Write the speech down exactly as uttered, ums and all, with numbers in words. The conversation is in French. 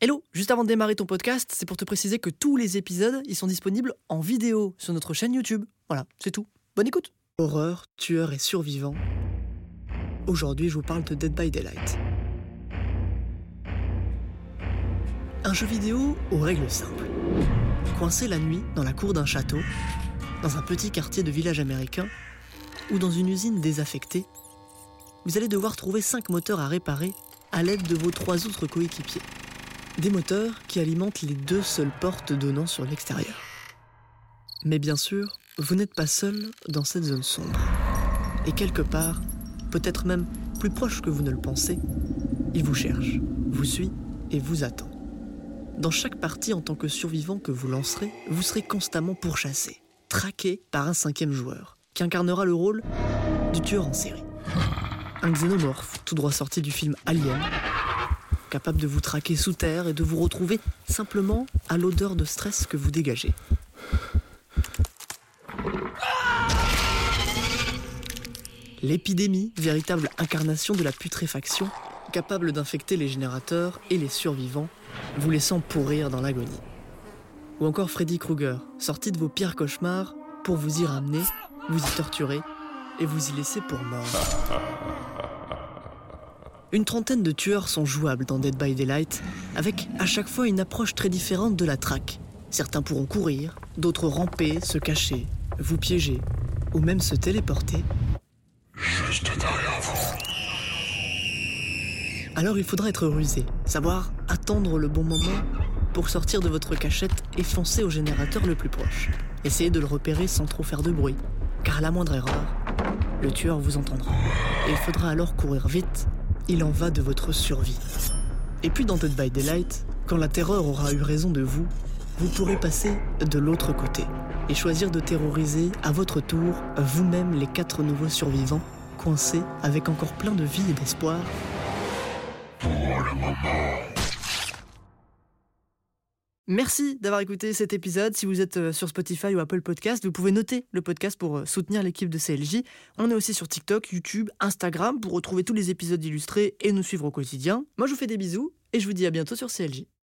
Hello, juste avant de démarrer ton podcast, c'est pour te préciser que tous les épisodes, ils sont disponibles en vidéo sur notre chaîne YouTube. Voilà, c'est tout. Bonne écoute. Horreur, tueur et survivant. Aujourd'hui, je vous parle de Dead by Daylight. Un jeu vidéo aux règles simples. Coincé la nuit dans la cour d'un château, dans un petit quartier de village américain, ou dans une usine désaffectée, vous allez devoir trouver cinq moteurs à réparer à l'aide de vos trois autres coéquipiers. Des moteurs qui alimentent les deux seules portes donnant sur l'extérieur. Mais bien sûr, vous n'êtes pas seul dans cette zone sombre. Et quelque part, peut-être même plus proche que vous ne le pensez, il vous cherche, vous suit et vous attend. Dans chaque partie en tant que survivant que vous lancerez, vous serez constamment pourchassé, traqué par un cinquième joueur, qui incarnera le rôle du tueur en série. Un xénomorphe tout droit sorti du film Alien, capable de vous traquer sous terre et de vous retrouver simplement à l'odeur de stress que vous dégagez. L'épidémie, véritable incarnation de la putréfaction, capable d'infecter les générateurs et les survivants, vous laissant pourrir dans l'agonie. Ou encore Freddy Krueger, sorti de vos pires cauchemars pour vous y ramener, vous y torturer et vous y laisser pour mort. Une trentaine de tueurs sont jouables dans Dead by Daylight, avec à chaque fois une approche très différente de la traque. Certains pourront courir, d'autres ramper, se cacher, vous piéger, ou même se téléporter. Juste derrière vous. Alors il faudra être rusé, savoir attendre le bon moment pour sortir de votre cachette et foncer au générateur le plus proche. Essayez de le repérer sans trop faire de bruit, car à la moindre erreur, le tueur vous entendra. Et il faudra alors courir vite. Il en va de votre survie. Et puis dans Dead by Daylight, quand la terreur aura eu raison de vous, vous pourrez passer de l'autre côté et choisir de terroriser à votre tour vous-même les quatre nouveaux survivants, coincés avec encore plein de vie et d'espoir. Pour le moment. Merci d'avoir écouté cet épisode. Si vous êtes sur Spotify ou Apple Podcast, vous pouvez noter le podcast pour soutenir l'équipe de C L J. On est aussi sur TikTok, YouTube, Instagram pour retrouver tous les épisodes illustrés et nous suivre au quotidien. Moi, je vous fais des bisous et je vous dis à bientôt sur C L J.